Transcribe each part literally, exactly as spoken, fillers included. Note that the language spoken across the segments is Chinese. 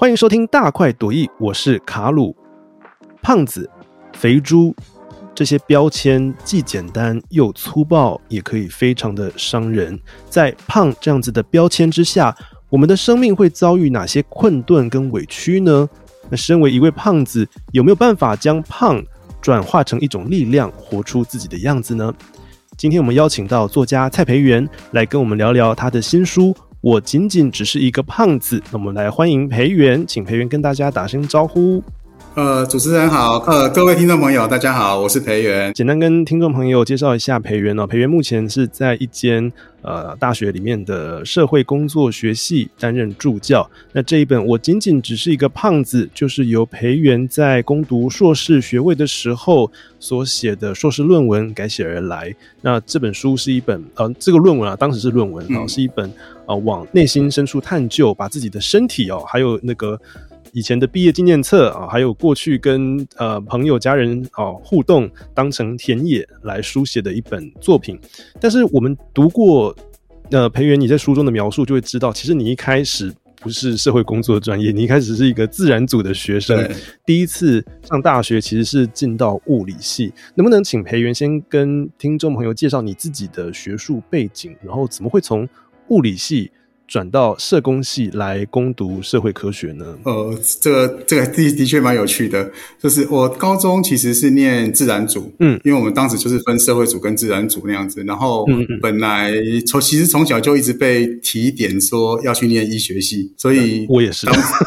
欢迎收听大快朵颐，我是卡鲁。胖子、肥猪这些标签既简单又粗暴，也可以非常的伤人。在胖这样子的标签之下，我们的生命会遭遇哪些困顿跟委屈呢？那身为一位胖子，有没有办法将胖转化成一种力量，活出自己的样子呢？今天我们邀请到作家蔡培元来跟我们聊聊他的新书我仅仅只是一个胖子。那我们来欢迎培元，请培元跟大家打声招呼。 呃，主持人好，呃，各位听众朋友，大家好，我是培元。 简单跟听众朋友介绍一下培元哦。培元目前是在一间呃大学里面的社会工作学系担任助教。那这一本我仅仅只是一个胖子，就是由培元在攻读硕士学位的时候所写的硕士论文改写而来。那这本书是一本呃这个论文啊，当时是论文啊、嗯，是一本呃往内心深处探究，把自己的身体哦，还有那个。以前的毕业纪念册啊，还有过去跟呃朋友家人啊互动当成田野来书写的一本作品。但是我们读过呃培元你在书中的描述，就会知道，其实你一开始不是社会工作专业，你一开始是一个自然组的学生，第一次上大学其实是进到物理系。能不能请培元先跟听众朋友介绍你自己的学术背景，然后怎么会从物理系转到社工系来攻读社会科学呢？ 呃，这个这个的的确蛮有趣的，就是我高中其实是念自然组，嗯，因为我们当时就是分社会组跟自然组那样子，然后本来从其实从小就一直被提点说要去念医学系，所以、嗯、 我也是，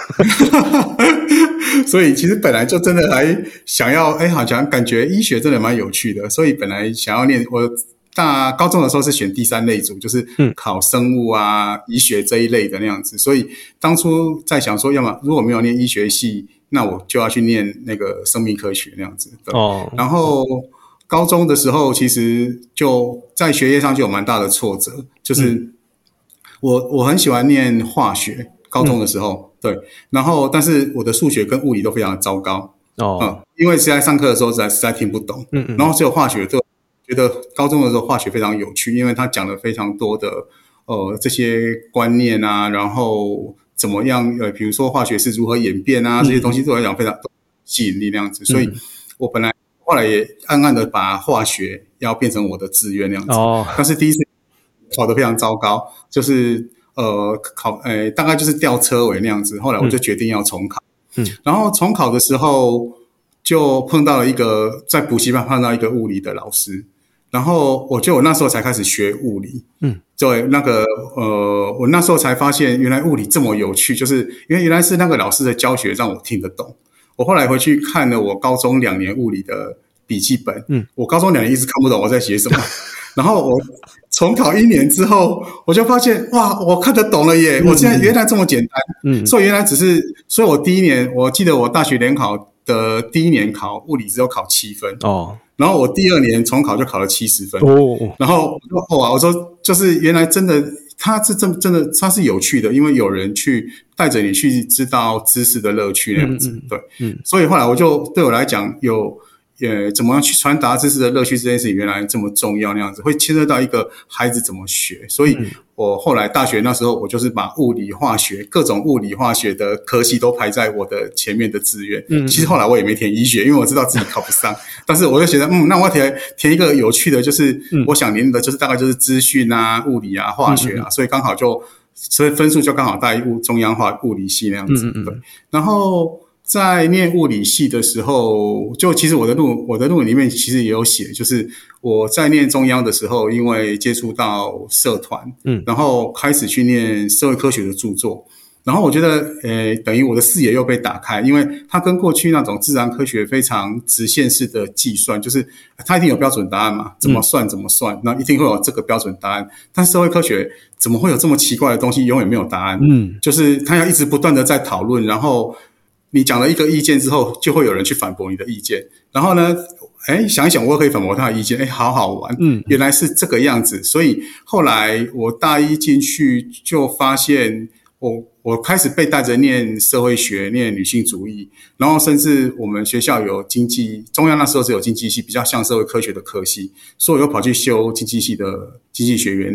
所以其实本来就真的还想要，哎，好像感觉医学真的蛮有趣的，所以本来想要念我。大高中的时候是选第三类组，就是考生物啊、嗯、医学这一类的那样子，所以当初在想说，要么如果没有念医学系，那我就要去念那个生命科学那样子。对哦。然后高中的时候，其实就在学业上就有蛮大的挫折，就是我、嗯、我很喜欢念化学，高中的时候、嗯、对，然后但是我的数学跟物理都非常的糟糕哦、嗯，因为实在上课的时候实在实在听不懂，嗯嗯，然后只有化学就。觉得高中的时候化学非常有趣，因为他讲了非常多的呃这些观念啊，然后怎么样呃，比如说化学是如何演变啊，这些东西对我来讲非常吸引力那样子，所以我本来后来也暗暗的把化学要变成我的志愿那样子，哦，但是第一次考得非常糟糕，就是呃考呃大概就是吊车尾那样子，后来我就决定要重考，嗯，然后重考的时候就碰到了一个在补习班碰到一个物理的老师。然后我就我那时候才开始学物理，嗯，对，那个呃，我那时候才发现原来物理这么有趣，就是因为原来是那个老师的教学让我听得懂。我后来回去看了我高中两年物理的笔记本，嗯，我高中两年一直看不懂我在写什么，然后我重考一年之后，我就发现哇，我看得懂了耶！嗯、我现在原来这么简单，嗯，所以原来只是，所以我第一年，我记得我大学联考的第一年考物理只有考七分哦。然后我第二年重考就考了七十分哦，然后我说哇，我说就是原来真的，它是真真的，它是有趣的，因为有人去带着你去知道知识的乐趣那样子，嗯、对，嗯，所以后来我就对我来讲有。呃，怎么样去传达知识的乐趣这件事情原来这么重要那样子，会牵涉到一个孩子怎么学，所以我后来大学那时候我就是把物理化学各种物理化学的科系都排在我的前面的志愿，嗯，其实后来我也没填医学，因为我知道自己考不上，但是我就觉得嗯，那我要填填一个有趣的，就是我想念的就是大概就是资讯啊、物理啊、化学啊，所以刚好就所以分数就刚好在中央化物理系那样子，对，然后。在念物理系的时候，就其实我的论我的论文里面其实也有写，就是我在念中央的时候，因为接触到社团，嗯，然后开始去念社会科学的著作，然后我觉得，呃，等于我的视野又被打开，因为它跟过去那种自然科学非常直线式的计算，就是它一定有标准答案嘛，怎么算怎么算，那一定会有这个标准答案。但社会科学怎么会有这么奇怪的东西，永远没有答案？嗯，就是它要一直不断的在讨论，然后。你讲了一个意见之后，就会有人去反驳你的意见。然后呢，哎，想一想，我又可以反驳他的意见，哎，好好玩。嗯，原来是这个样子。所以后来我大一进去就发现我，我开始被带着念社会学、念女性主义，然后甚至我们学校有经济，中央那时候只有经济系，比较像社会科学的科系，所以我又跑去修经济系的经济学原理。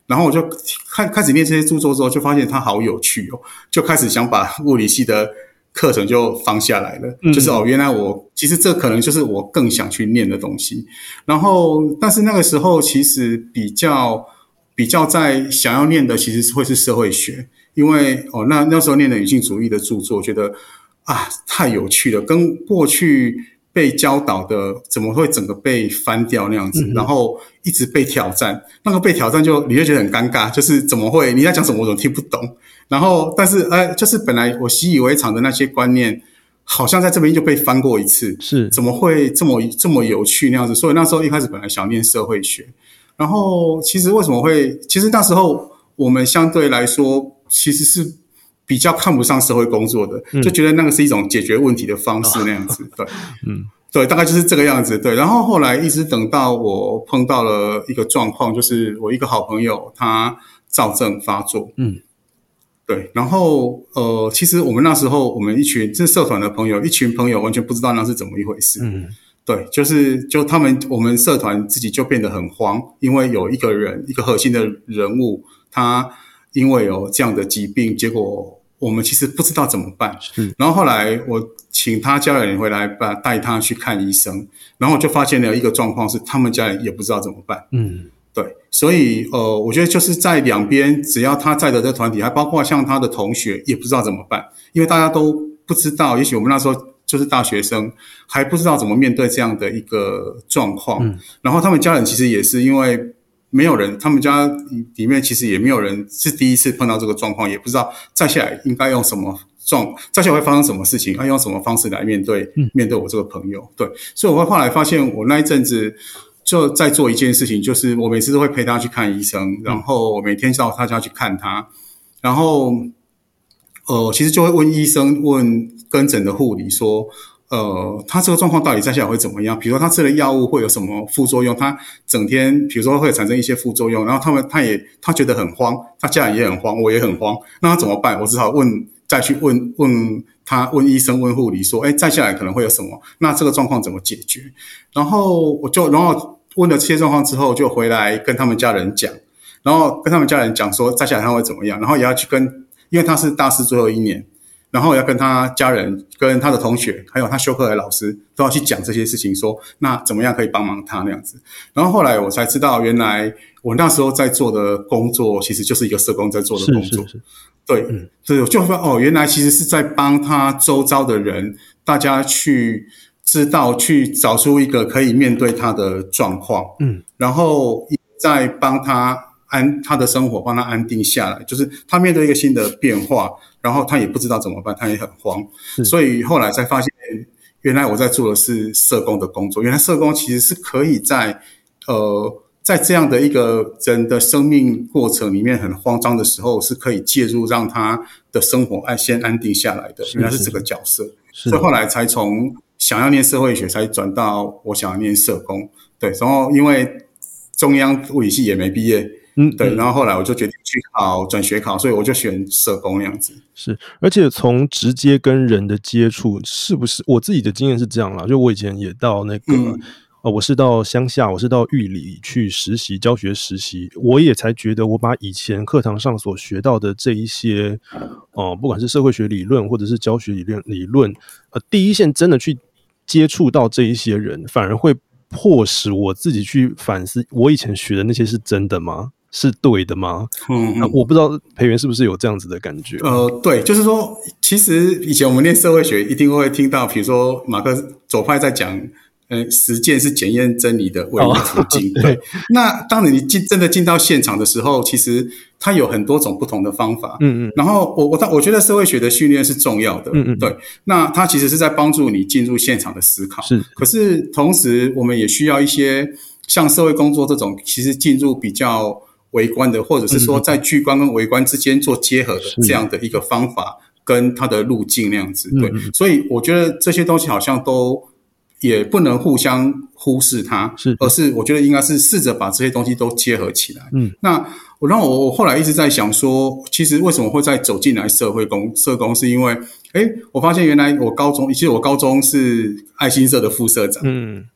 然后我就开开始念这些著作之后，就发现它好有趣哦，就开始想把物理系的课程就放下来了。嗯、就是哦，原来我其实这可能就是我更想去念的东西。然后，但是那个时候其实比较比较在想要念的，其实会是社会学，因为哦，那那时候念的女性主义的著作，我觉得啊太有趣了，跟过去被教导的怎么会整个被翻掉那样子，嗯、然后一直被挑战，那个被挑战就你就觉得很尴尬，就是怎么会你在讲什么我怎么听不懂，然后但是呃，就是本来我习以为常的那些观念，好像在这边就被翻过一次， 是怎么会这么这么有趣那样子？所以那时候一开始本来想念社会学，然后其实为什么会？其实那时候我们相对来说其实是比较看不上社会工作的，就觉得那个是一种解决问题的方式那样子，对，嗯，对，大概就是这个样子，对。然后后来一直等到我碰到了一个状况，就是我一个好朋友他躁症发作，嗯，对。然后呃，其实我们那时候我们一群这社团的朋友，一群朋友完全不知道那是怎么一回事，嗯，对，就是就他们我们社团自己就变得很慌，因为有一个人一个核心的人物，他因为有这样的疾病，结果我们其实不知道怎么办。然后后来我请他家人回来，把带他去看医生，然后我就发现了一个状况是，他们家人也不知道怎么办。嗯，对，所以呃，我觉得就是在两边，只要他在的这个团体，还包括像他的同学，也不知道怎么办，因为大家都不知道。也许我们那时候就是大学生，还不知道怎么面对这样的一个状况。嗯，然后他们家人其实也是因为。没有人，他们家里面其实也没有人是第一次碰到这个状况，也不知道再下来应该用什么状，再下来会发生什么事情，要用什么方式来面对、嗯、面对我这个朋友。对，所以我后来发现，我那一阵子就在做一件事情，就是我每次都会陪他去看医生，然后每天到他家去看他，然后呃，其实就会问医生、问跟诊的护理说。呃，他这个状况到底再下来会怎么样？比如说他吃了药物会有什么副作用？他整天比如说会产生一些副作用，然后他们他也他觉得很慌，他家人也很慌，我也很慌，那他怎么办？我只好问再去问问他问医生问护理说，哎，再下来可能会有什么？那这个状况怎么解决？然后我就然后问了这些状况之后，就回来跟他们家人讲，然后跟他们家人讲说再下来他会怎么样，然后也要去跟，因为他是大四最后一年。然后要跟他家人、跟他的同学，还有他修课的老师，都要去讲这些事情，说那怎么样可以帮忙他那样子。然后后来我才知道，原来我那时候在做的工作，其实就是一个社工在做的工作。是是是对，嗯，所以我就说哦，原来其实是在帮他周遭的人，大家去知道、去找出一个可以面对他的状况，嗯，然后再帮他安他的生活，帮他安定下来，就是他面对一个新的变化。然后他也不知道怎么办，他也很慌，所以后来才发现，原来我在做的是社工的工作。原来社工其实是可以在呃，在这样的一个人的生命过程里面很慌张的时候，是可以介入，让他的生活安先安定下来的。原来是这个角色，所以后来才从想要念社会学，才转到我想要念社工。对，然后因为中央物理系也没毕业。嗯，对，然后后来我就决定去考转学考，所以我就选社工那样子。 是，而且从直接跟人的接触，是不是我自己的经验是这样啦？就我以前也到那个，嗯呃、我是到乡下，我是到玉里去实习教学实习，我也才觉得我把以前课堂上所学到的这一些，哦、呃，不管是社会学理论或者是教学理论理论，呃，第一线真的去接触到这一些人，反而会迫使我自己去反思，我以前学的那些是真的吗？是对的吗？嗯、呃，我不知道培元是不是有这样子的感觉。 呃，对，就是说，其实以前我们念社会学一定会听到，比如说马克左派在讲，呃，实践是检验真理的唯一途径。哦、对，那当你进真的进到现场的时候，其实它有很多种不同的方法。嗯嗯。然后我我我觉得社会学的训练是重要的。嗯嗯。对，那它其实是在帮助你进入现场的思考。是。可是同时，我们也需要一些像社会工作这种，其实进入比较微观的，或者是说在巨观跟微观之间做结合的这样的一个方法跟它的路径那样子。对，所以我觉得这些东西好像都也不能互相忽视它，是，而是我觉得应该是试着把这些东西都结合起来。嗯，那我让我我后来一直在想说，其实为什么会再走进来社会工社工，是因为，哎，我发现原来我高中，其实我高中是爱心社的副社长。嗯。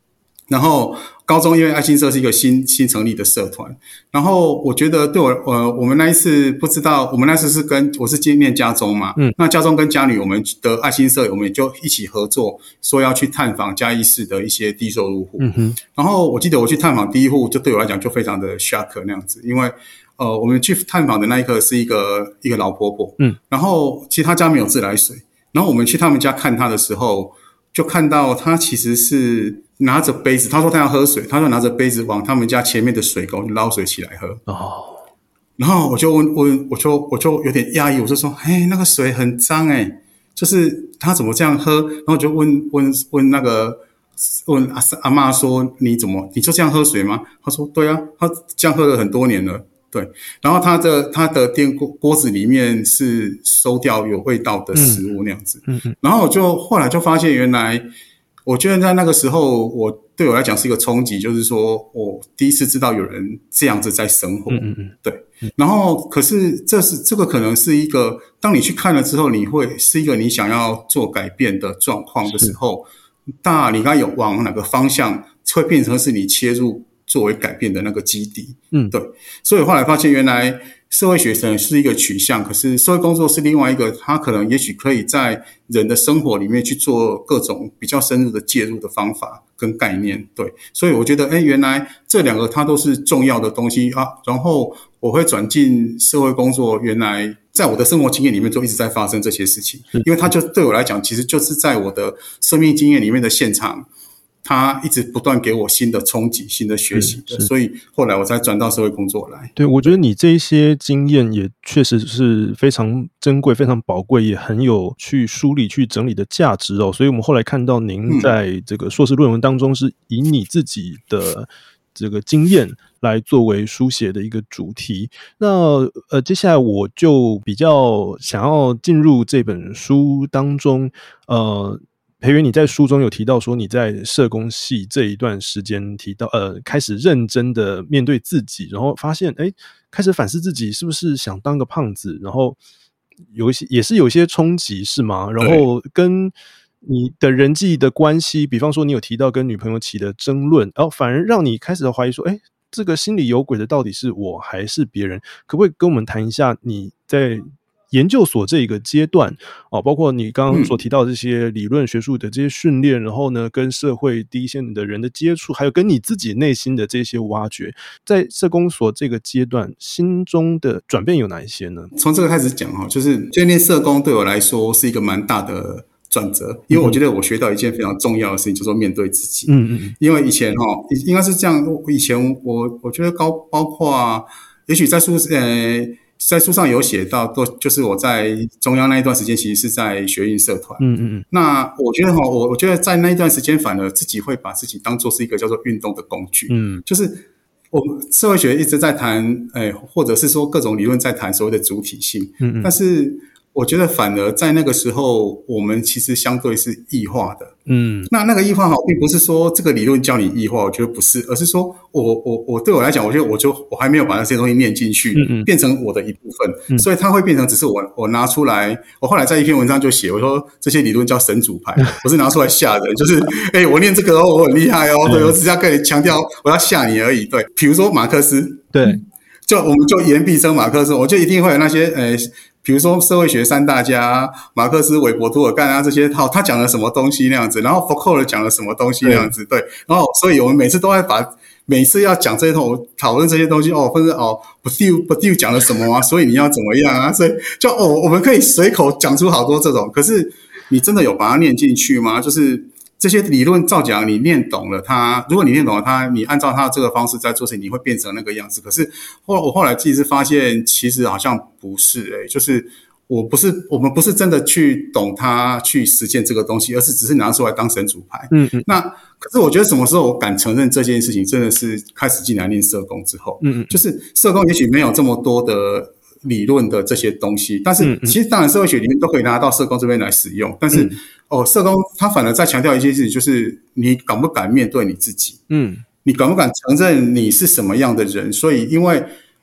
然后高中因为爱心社是一个新新成立的社团，然后我觉得对我呃我们那一次不知道，我们那次是跟我是念家中嘛，嗯，那家中跟嘉女我们的爱心社我们也就一起合作，说要去探访嘉义市的一些低收入户，嗯哼，然后我记得我去探访第一户，就对我来讲就非常的 shock 那样子，因为呃我们去探访的那一刻是一个一个老婆婆，嗯，然后其实她家没有自来水，然后我们去他们家看她的时候，就看到她其实是拿着杯子，他说他要喝水，他就拿着杯子往他们家前面的水沟捞水起来喝。哦，然后我就问问，我就我就有点讶异，我就说，哎，那个水很脏哎，就是他怎么这样喝？然后我就问问问那个问阿阿嬷说，你怎么你就这样喝水吗？他说对啊，他这样喝了很多年了。对，然后他的他的电锅锅子里面是收掉有味道的食物那样子。嗯嗯，然后我就后来就发现原来。我觉得在那个时候，我对我来讲是一个冲击，就是说我第一次知道有人这样子在生活，嗯嗯对。然后，可是这是这个可能是一个，当你去看了之后，你会是一个你想要做改变的状况的时候，那你应该有往哪个方向会变成是你切入作为改变的那个基地，嗯，对。所以后来发现，原来社会学可能是一个取向，可是社会工作是另外一个，它可能也许可以在人的生活里面去做各种比较深入的介入的方法跟概念，对，所以我觉得，哎，原来这两个它都是重要的东西啊。然后我会转进社会工作，原来在我的生活经验里面就一直在发生这些事情，因为它就对我来讲，其实就是在我的生命经验里面的现场。他一直不断给我新的冲击、新的学习的，所以后来我才转到社会工作来。 对，我觉得你这一些经验也确实是非常珍贵、非常宝贵，也很有去梳理、去整理的价值哦。所以我们后来看到您在这个硕士论文当中是以你自己的这个经验来作为书写的一个主题。那呃，接下来我就比较想要进入这本书当中，呃。培元，你在书中有提到说你在社工系这一段时间提到呃，开始认真的面对自己，然后发现哎，开始反思自己是不是想当个胖子，然后有一些也是有一些冲击是吗？然后跟你的人际的关系，比方说你有提到跟女朋友起的争论，然后反而让你开始怀疑说，哎，这个心里有鬼的到底是我还是别人？可不可以跟我们谈一下你在研究所这个阶段哦，包括你刚刚所提到的这些理论学术的这些训练，嗯、然后呢，跟社会第一线的人的接触，还有跟你自己内心的这些挖掘，在社工所这个阶段，心中的转变有哪一些呢？ 从这个开始讲哈，就是就念社工对我来说是一个蛮大的转折，因为我觉得我学到一件非常重要的事情，就是面对自己。嗯嗯，因为以前哈，应该是这样，以前我我觉得高包括啊，也许在书呃。在书上有写到，都就是我在中央那一段时间，其实是在学运社团。嗯嗯嗯。那我觉得哈，我我觉得在那一段时间，反而自己会把自己当作是一个叫做运动的工具。嗯，就是我们社会学一直在谈，哎，或者是说各种理论在谈所谓的主体性。嗯嗯。但是我觉得反而在那个时候，我们其实相对是异化的。嗯，那那个异化好，并不是说这个理论教你异化，我觉得不是，而是说我我我对我来讲，我觉得我就我还没有把那些东西念进去，嗯嗯，变成我的一部分，嗯、所以它会变成只是我我拿出来。我后来在一篇文章就写，我说这些理论叫神主牌，我是拿出来吓人，就是哎、欸，我念这个哦，我很厉害哦，对，我只是要跟你强调我要吓你而已。对，比如说马克思， 对， 就我们就言必称马克思，我就一定会有那些呃。比如说社会学三大家马克思、韦伯、涂尔干啊这些套，他讲了什么东西那样子，然后福克尔讲了什么东西那样子，对，然后所以我们每次都会把每次要讲这些东讨论这些东西哦，分成哦不丢不丢讲了什么啊，所以你要怎么样啊，所以就哦我们可以随口讲出好多这种，可是你真的有把它念进去吗？就是这些理论照讲，你念懂了它，如果你念懂了它，你按照它这个方式在做事情，你会变成那个样子。可是后我后来自己是发现，其实好像不是诶、欸，就是我不是我们不是真的去懂它，去实践这个东西，而是只是拿出来当神主牌。嗯嗯。那可是我觉得什么时候我敢承认这件事情，真的是开始进来念社工之后。嗯嗯。就是社工也许没有这么多的理论的这些东西，但是其实当然社会学里面都可以拿到社工这边来使用，但是、嗯、哦，社工他反而在强调一件事情，就是你敢不敢面对你自己，嗯，你敢不敢承认你是什么样的人？所以因为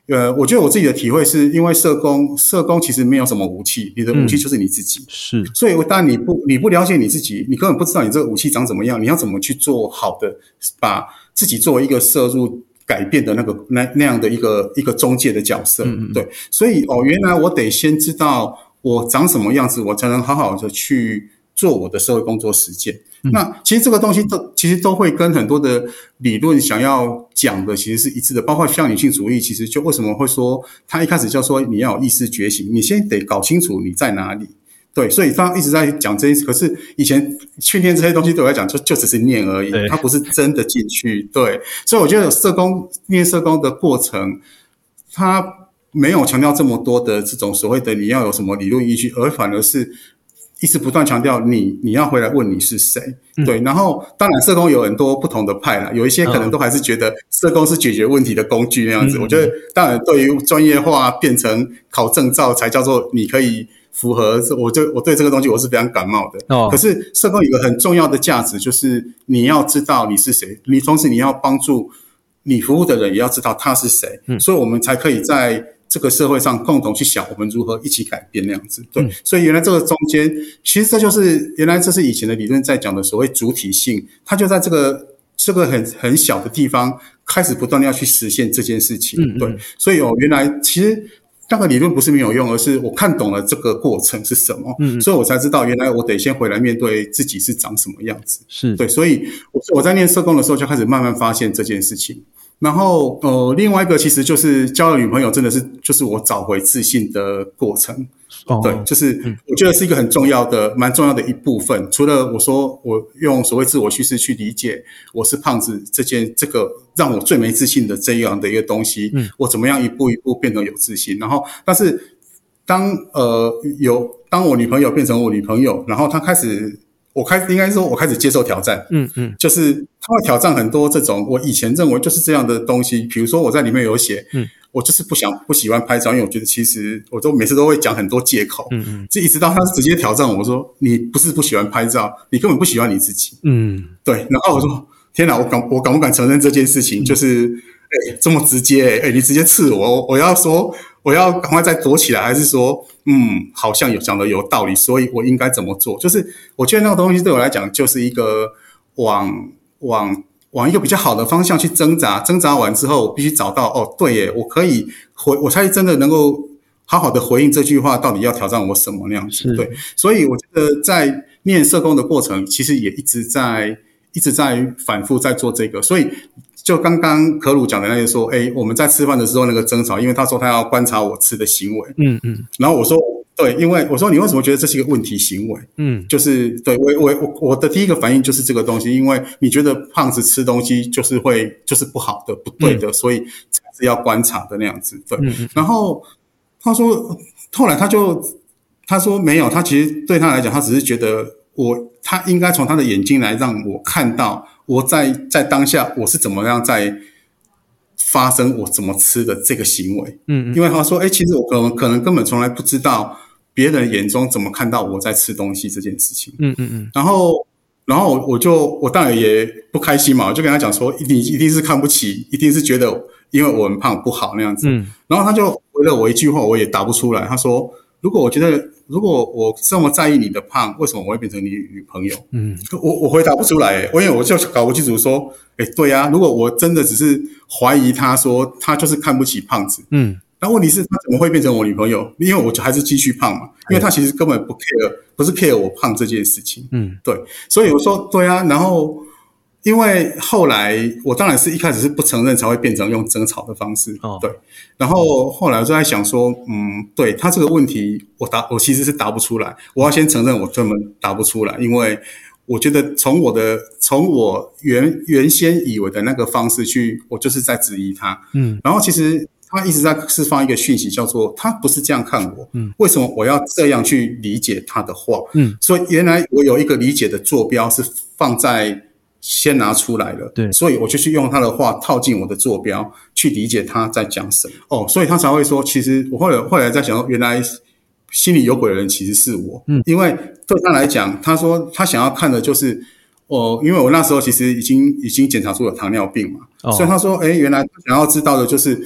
呃，我觉得我自己的体会是因为社工，社工其实没有什么武器，你的武器就是你自己。嗯、 是， 所以当你不你不了解你自己，你根本不知道你这个武器长怎么样，你要怎么去做好的，把自己作为一个摄入改变的那个那那样的一个一个中介的角色。嗯嗯对，所以哦，原来我得先知道我长什么样子，我才能好好的去做我的社会工作实践。嗯、那其实这个东西都其实都会跟很多的理论想要讲的其实是一致的，包括像女性主义，其实就为什么会说他一开始就说你要有意识觉醒，你先得搞清楚你在哪里。对，所以他一直在讲这些，可是以前训练这些东西对我来讲就就只是念而已，他不是真的进去。对，所以我觉得社工念社工的过程，他没有强调这么多的这种所谓的你要有什么理论依据，而反而是一直不断强调你你要回来问你是谁。嗯、对，然后当然社工有很多不同的派啦，有一些可能都还是觉得社工是解决问题的工具那样子。嗯、我觉得当然对于专业化变成考证照才叫做你可以符合，我就我对这个东西我是非常感冒的。哦，可是社工有一个很重要的价值，就是你要知道你是谁，你同时你要帮助你服务的人也要知道他是谁。嗯、所以我们才可以在这个社会上共同去想我们如何一起改变那样子。对，嗯、所以原来这个中间，其实这就是原来这是以前的理论在讲的所谓主体性，它就在这个这个很很小的地方开始不断的要去实现这件事情。嗯嗯对，所以哦，原来其实那个理论不是没有用，而是我看懂了这个过程是什么。嗯嗯所以我才知道原来我得先回来面对自己是长什么样子。是对，所以我在念社工的时候就开始慢慢发现这件事情。然后呃，另外一个其实就是交了女朋友，真的是就是我找回自信的过程。哦，对，就是我觉得是一个很重要的、蛮重要的一部分。除了我说我用所谓自我叙事去理解我是胖子这件这个让我最没自信的这样的一个东西，嗯，我怎么样一步一步变得有自信。然后，但是当呃有当我女朋友变成我女朋友，然后她开始。我开应该说，我开始接受挑战，嗯嗯，就是他会挑战很多这种我以前认为就是这样的东西，比如说我在里面有写，嗯，我就是不想不喜欢拍照，因为我觉得其实我都每次都会讲很多借口，嗯嗯，这一直到他直接挑战我说，你不是不喜欢拍照，你根本不喜欢你自己，嗯，对，然后我说天哪，我敢我敢不敢承认这件事情？就是，哎，这么直接，哎，你直接刺我，我要说。我要赶快再躲起来，还是说，嗯，好像有讲的有道理，所以我应该怎么做？就是我觉得那个东西对我来讲，就是一个往往往一个比较好的方向去挣扎，挣扎完之后，我必须找到哦，对耶，我可以回，我才真的能够好好的回应这句话，到底要挑战我什么那样子？对，所以我觉得在念社工的过程，其实也一直在一直在反复在做这个，所以。就刚刚可鲁讲的那些说，哎，我们在吃饭的时候那个争吵，因为他说他要观察我吃的行为，嗯嗯，然后我说对，因为我说你为什么觉得这是一个问题行为？嗯，就是对我我我我的第一个反应就是这个东西，因为你觉得胖子吃东西就是会就是不好的不对的，嗯、所以才是要观察的那样子，对。嗯、然后他说，后来他就他说没有，他其实对他来讲，他只是觉得我他应该从他的眼睛来让我看到。我在在当下我是怎么样在发生我怎么吃的这个行为，嗯，因为他说，哎，其实我可能可能根本从来不知道别人眼中怎么看到我在吃东西这件事情，嗯嗯嗯，然后然后我就我当然也不开心嘛，我就跟他讲说，你一定是看不起，一定是觉得因为我很胖不好那样子，嗯，然后他就回了我一句话，我也答不出来，他说，如果我觉得。如果我这么在意你的胖，为什么我会变成你女朋友？嗯，我我回答不出来耶，因为我就搞不清楚说，哎，对啊，如果我真的只是怀疑他说他就是看不起胖子，嗯，那问题是他怎么会变成我女朋友？因为我还是继续胖嘛，因为他其实根本不 care， 不是 care 我胖这件事情，嗯，对，所以我说对啊，然后。因为后来我当然是一开始是不承认才会变成用争吵的方式，哦、对。然后后来我就在想说，嗯，对他这个问题我答我其实是答不出来，我要先承认我根本答不出来，因为我觉得从我的从我原原先以为的那个方式去，我就是在质疑他，嗯。然后其实他一直在释放一个讯息，叫做他不是这样看我，嗯，为什么我要这样去理解他的话，嗯。所以原来我有一个理解的坐标是放在。先拿出来了，对，所以我就去用他的话套进我的坐标，去理解他在讲什么。哦，所以他才会说，其实我后来后来在想，原来心里有鬼的人其实是我，嗯，因为对他来讲，他说他想要看的就是，哦，因为我那时候其实已经已经检查出了糖尿病嘛，哦、所以他说，哎，原来他想要知道的就是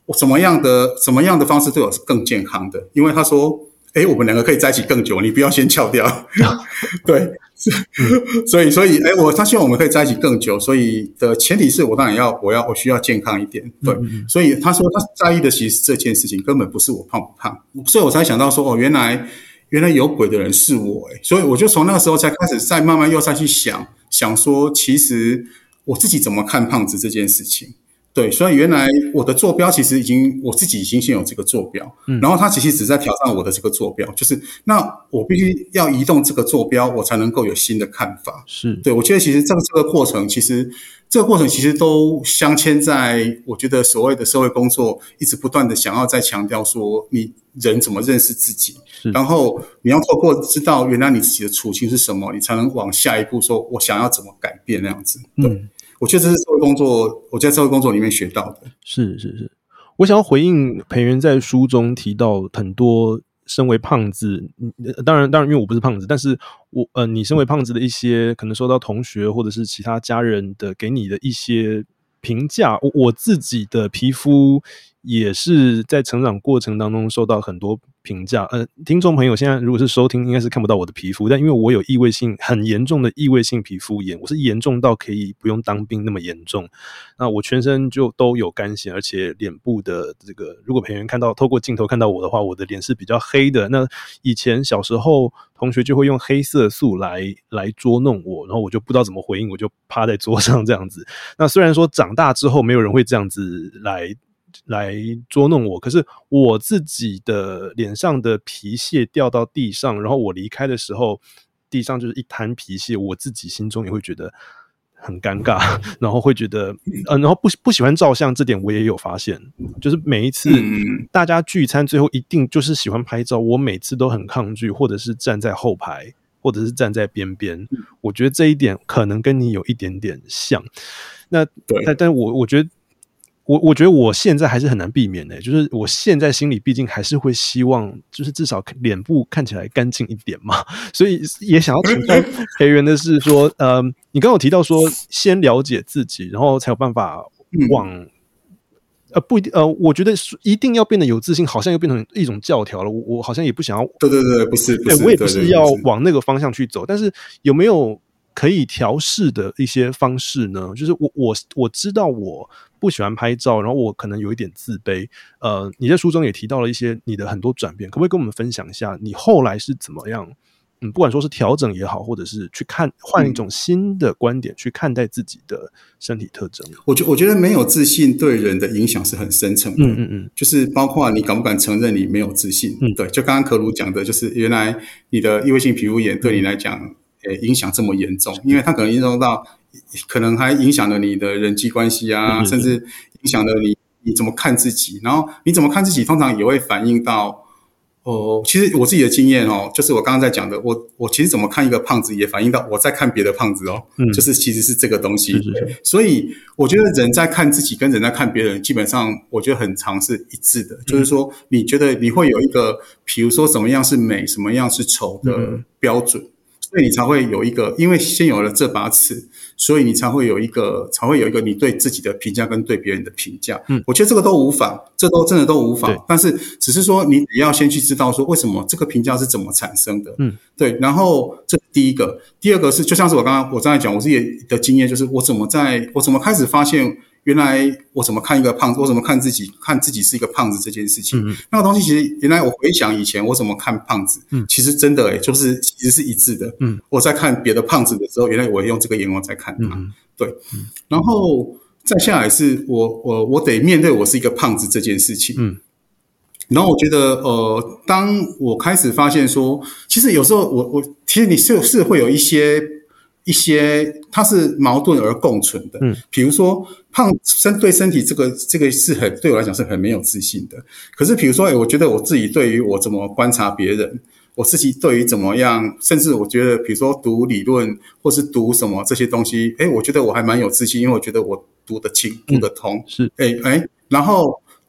什么样的什么样的方式对我是更健康的？因为他说，哎，我们两个可以在一起更久，你不要先翘掉。对，所以所以哎，我他希望我们可以在一起更久，所以的前提是我当然要我要我需要健康一点。对，所以他说他在意的其实这件事情根本不是我胖不胖，所以我才想到说，哦，原来原来有鬼的人是我，哎，所以我就从那个时候才开始再慢慢又再去想想说，其实我自己怎么看胖子这件事情。对，所以原来我的坐标其实已经我自己已经先有这个坐标，嗯，然后它其实只在挑战我的这个坐标，就是那我必须要移动这个坐标，我才能够有新的看法。 是， 对，我觉得其实这个这个过程，其实这个过程其实都镶嵌在我觉得所谓的社会工作一直不断的想要再强调说，你人怎么认识自己，然后你要透过知道原来你自己的处境是什么，你才能往下一步说，我想要怎么改变那样子。对。嗯，我觉得这是社会工作，我在社会工作里面学到的。 是是是，我想要回应培元在书中提到很多身为胖子，当然当然因为我不是胖子，但是我呃，你身为胖子的一些可能受到同学或者是其他家人的给你的一些评价，我我自己的皮肤也是在成长过程当中受到很多评价。呃，听众朋友现在如果是收听，应该是看不到我的皮肤，但因为我有异位性很严重的异位性皮肤炎，我是严重到可以不用当兵那么严重。那我全身就都有干癣，而且脸部的这个，如果培元看到透过镜头看到我的话，我的脸是比较黑的。那以前小时候同学就会用黑色素来来捉弄我，然后我就不知道怎么回应，我就趴在桌上这样子。那虽然说长大之后没有人会这样子来来捉弄我，可是我自己的脸上的皮屑掉到地上，然后我离开的时候地上就是一滩皮屑，我自己心中也会觉得很尴尬，然后会觉得呃，然后不不喜欢照相，这点我也有发现，就是每一次大家聚餐最后一定就是喜欢拍照，我每次都很抗拒，或者是站在后排，或者是站在边边，我觉得这一点可能跟你有一点点像。那但但我我觉得我我觉得我现在还是很难避免的、欸，就是我现在心里毕竟还是会希望，就是至少脸部看起来干净一点嘛，所以也想要请教培元的是说，呃，你刚刚有提到说先了解自己，然后才有办法往、嗯、呃不一定呃，我觉得一定要变得有自信，好像又变成一种教条了。我我好像也不想要， 对对对，不是不是， 对我也不是要往那个方向去走，但是有没有可以调试的一些方式呢？就是我我我知道我不喜欢拍照，然后我可能有一点自卑。呃，你在书中也提到了一些你的很多转变，可不可以跟我们分享一下你后来是怎么样？嗯，不管说是调整也好，或者是去看换一种新的观点、嗯、去看待自己的身体特征。 我觉我觉得没有自信对人的影响是很深层的，嗯嗯嗯，就是包括你敢不敢承认你没有自信。嗯，对，就刚刚可鲁讲的，就是原来你的异位性皮肤炎对你来讲。嗯呃，影响这么严重，因为它可能严重到，可能还影响了你的人际关系啊，甚至影响了你你怎么看自己，然后你怎么看自己，通常也会反映到，哦，其实我自己的经验哦，就是我刚刚在讲的，我我其实怎么看一个胖子，也反映到我在看别的胖子哦，嗯，就是其实是这个东西，是是是，所以我觉得人在看自己跟人在看别人，基本上我觉得很常是一致的，嗯、就是说你觉得你会有一个，比如说什么样是美，什么样是丑的标准。嗯，所以你才会有一个，因为先有了这把尺，所以你才会有一个，才会有一个你对自己的评价跟对别人的评价。嗯，我觉得这个都无妨，这都真的都无妨。但是只是说，你也要先去知道说，为什么这个评价是怎么产生的。嗯，对。然后这是第一个，第二个是，就像是我刚刚我刚才讲，我自己的经验就是，我怎么在，我怎么开始发现。原来我怎么看一个胖子，我怎么看自己，看自己是一个胖子这件事情，嗯、那个东西其实原来我回想以前我怎么看胖子，嗯、其实真的诶、欸、就是其实是一致的。嗯，我在看别的胖子的时候，原来我也用这个眼光在看他。嗯、对，嗯、然后再下来是我我我得面对我是一个胖子这件事情。嗯，然后我觉得呃，当我开始发现说，其实有时候我我其实你是是会有一些。一些它是矛盾而共存的，嗯，比如说胖身对身体这个这个是很对我来讲是很没有自信的。可是比如说，哎，我觉得我自己对于我怎么观察别人，我自己对于怎么样，甚至我觉得比如说读理论或是读什么这些东西，哎，我觉得我还蛮有自信，因为我觉得我读得清、读得通， 嗯、是， 哎哎，然后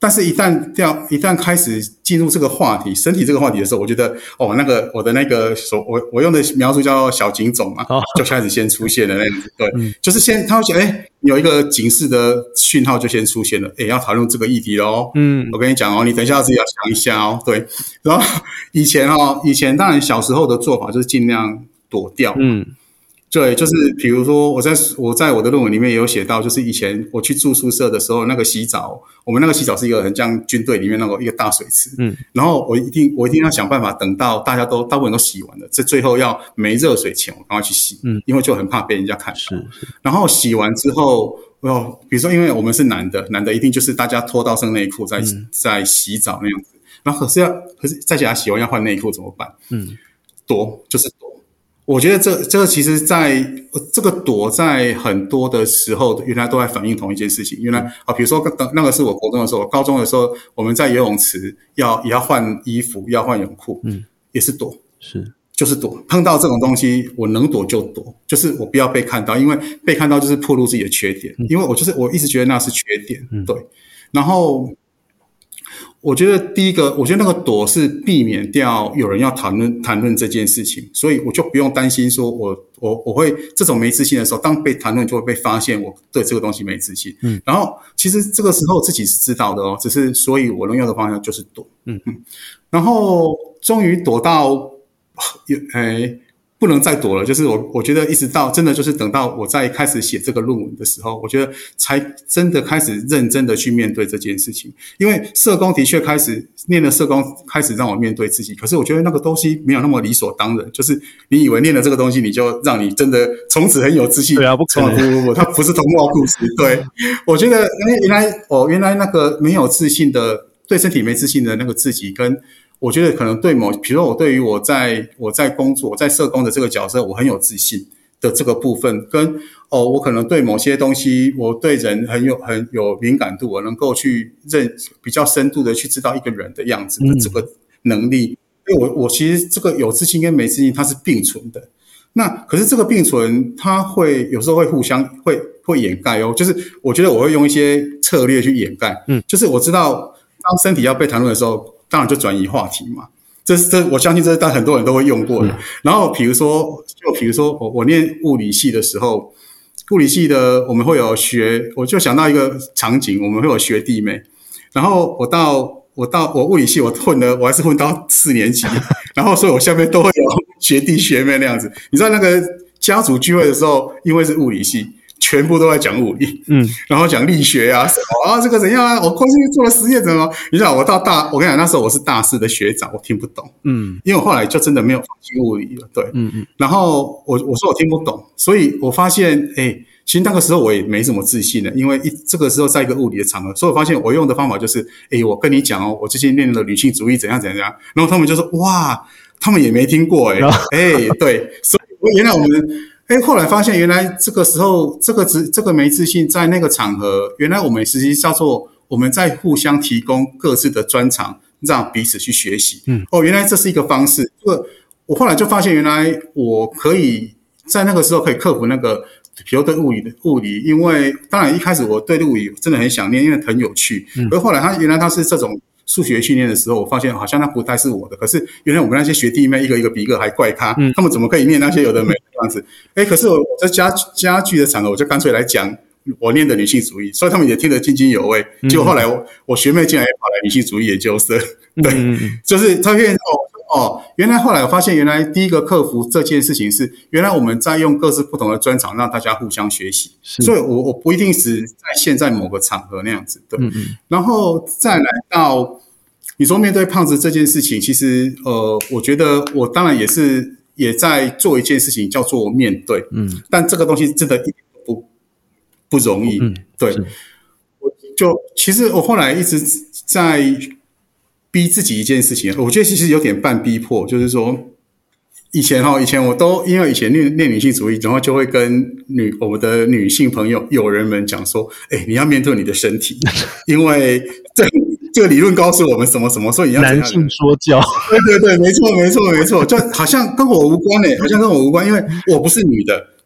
但是一旦掉，一旦开始进入这个话题，身体这个话题的时候，我觉得哦，那个我的那个手，我我用的描述叫小警种嘛，哦、就开始先出现了那样子。对，嗯、就是先他会想，哎，有一个警示的讯号就先出现了，哎，要讨论这个议题咯。嗯，我跟你讲哦，你等一下自己要想一下哦。对，然后以前哦，以前当然小时候的做法就是尽量躲掉。嗯。对，就是比如说我在我在我的论文里面也有写到，就是以前我去住宿舍的时候，那个洗澡，我们那个洗澡是一个很像军队里面那个一个大水池，嗯，然后我一定我一定要想办法等到大家都大部分都洗完了，这最后要没热水前我赶快去洗，嗯，因为就很怕被人家看到。是是。然后洗完之后，哦，比如说因为我们是男的，男的一定就是大家脱到剩内裤在、嗯、在洗澡那样子，然后可是要可是在家洗完要换内裤怎么办？嗯，躲就是躲。我觉得这这个其实在这个躲在很多的时候原来都在反映同一件事情。原来啊，比如说那个是我国中的时候，高中的时候我们在游泳池要也要换衣服，要换泳裤，嗯，也是躲，是就是躲。碰到这种东西，我能躲就躲，就是我不要被看到，因为被看到就是暴露自己的缺点，嗯、因为我就是我一直觉得那是缺点，嗯、对，然后。我觉得第一个，我觉得那个躲是避免掉有人要谈论谈论这件事情，所以我就不用担心说我我我会这种没自信的时候，当被谈论就会被发现我对这个东西没自信。嗯，然后其实这个时候自己是知道的哦，只是所以我能用的方向就是躲。嗯嗯，然后终于躲到诶。不能再躲了，就是我我觉得一直到真的就是等到我在开始写这个论文的时候，我觉得才真的开始认真的去面对这件事情。因为社工的确开始念了社工，开始让我面对自己，可是我觉得那个东西没有那么理所当然，就是你以为念了这个东西你就让你真的从此很有自信。 对啊，不可能， 不不不，它不是童话故事。对，我觉得原来哦，原来那个没有自信的，对身体没自信的那个自己跟。我觉得可能对某，比如说我对于我在我在工作，我在社工的这个角色，我很有自信的这个部分，跟哦，我可能对某些东西，我对人很有很有敏感度，我能够去认比较深度的去知道一个人的样子的这个能力。因为我我其实这个有自信跟没自信它是并存的。那可是这个并存，它会有时候会互相会会掩盖哦。就是我觉得我会用一些策略去掩盖，嗯，就是我知道当身体要被谈论的时候。当然就转移话题嘛，这是这我相信这是但很多人都会用过的。嗯、然后比如说，就比如说我我念物理系的时候，物理系的我们会有学，我就想到一个场景，我们会有学弟妹。然后我到我到我物理系我混了，我还是混到四年级，然后所以我下面都会有学弟学妹那样子。你知道那个家族聚会的时候，因为是物理系。全部都在讲物理，嗯，然后讲力学啊，什么啊，这个怎样啊？我过去做了实验怎么？你知道我到大，我跟你讲，那时候我是大四的学长，我听不懂，嗯，因为我后来就真的没有放弃物理了，对，嗯嗯。然后我我说我听不懂，所以我发现，哎，其实那个时候我也没什么自信了，因为一这个时候在一个物理的场合，所以我发现我用的方法就是，哎，我跟你讲哦，我最近念了女性主义怎样怎样怎样，然后他们就说，哇，他们也没听过，哎，哎，对，所以原来我们。哎，后来发现原来这个时候，这个自这个没自信，在那个场合，原来我们实际叫做我们在互相提供各自的专长，让彼此去学习。嗯，哦，原来这是一个方式。这个我后来就发现，原来我可以在那个时候可以克服那个，比如对物理的物理，因为当然一开始我对物理真的很想念，因为很有趣。嗯，而后来他原来他是这种。数学训练的时候，我发现好像那不太是我的。可是原来我们那些学弟妹一个一个比一个还怪咖，嗯、他们怎么可以念那些有的没的样子？哎，可是我在家家具的场合，我就干脆来讲我念的女性主义，所以他们也听得津津有味。结果后来我我学妹竟然也跑来女性主义研究生，对，嗯、就是他变哦哦，原来后来我发现，原来第一个克服这件事情是，原来我们在用各自不同的专长让大家互相学习。所以我我不一定是在现在某个场合那样子，对。嗯嗯然后再来到。你说面对胖子这件事情，其实呃，我觉得我当然也是也在做一件事情，叫做面对。嗯，但这个东西真的一点都不不容易。嗯，对，我就其实我后来一直在逼自己一件事情，我觉得其实有点半逼迫，就是说。以前哈，以前我都因为以前念念女性主义，然后就会跟女我们的女性朋友友人们讲说，哎，你要面对你的身体，因为这这个理论告诉我们什么什么，所以你要男性说教。 对对对，没错没错没错，就好像跟我无关诶，好像跟我无关，因为我不是女的，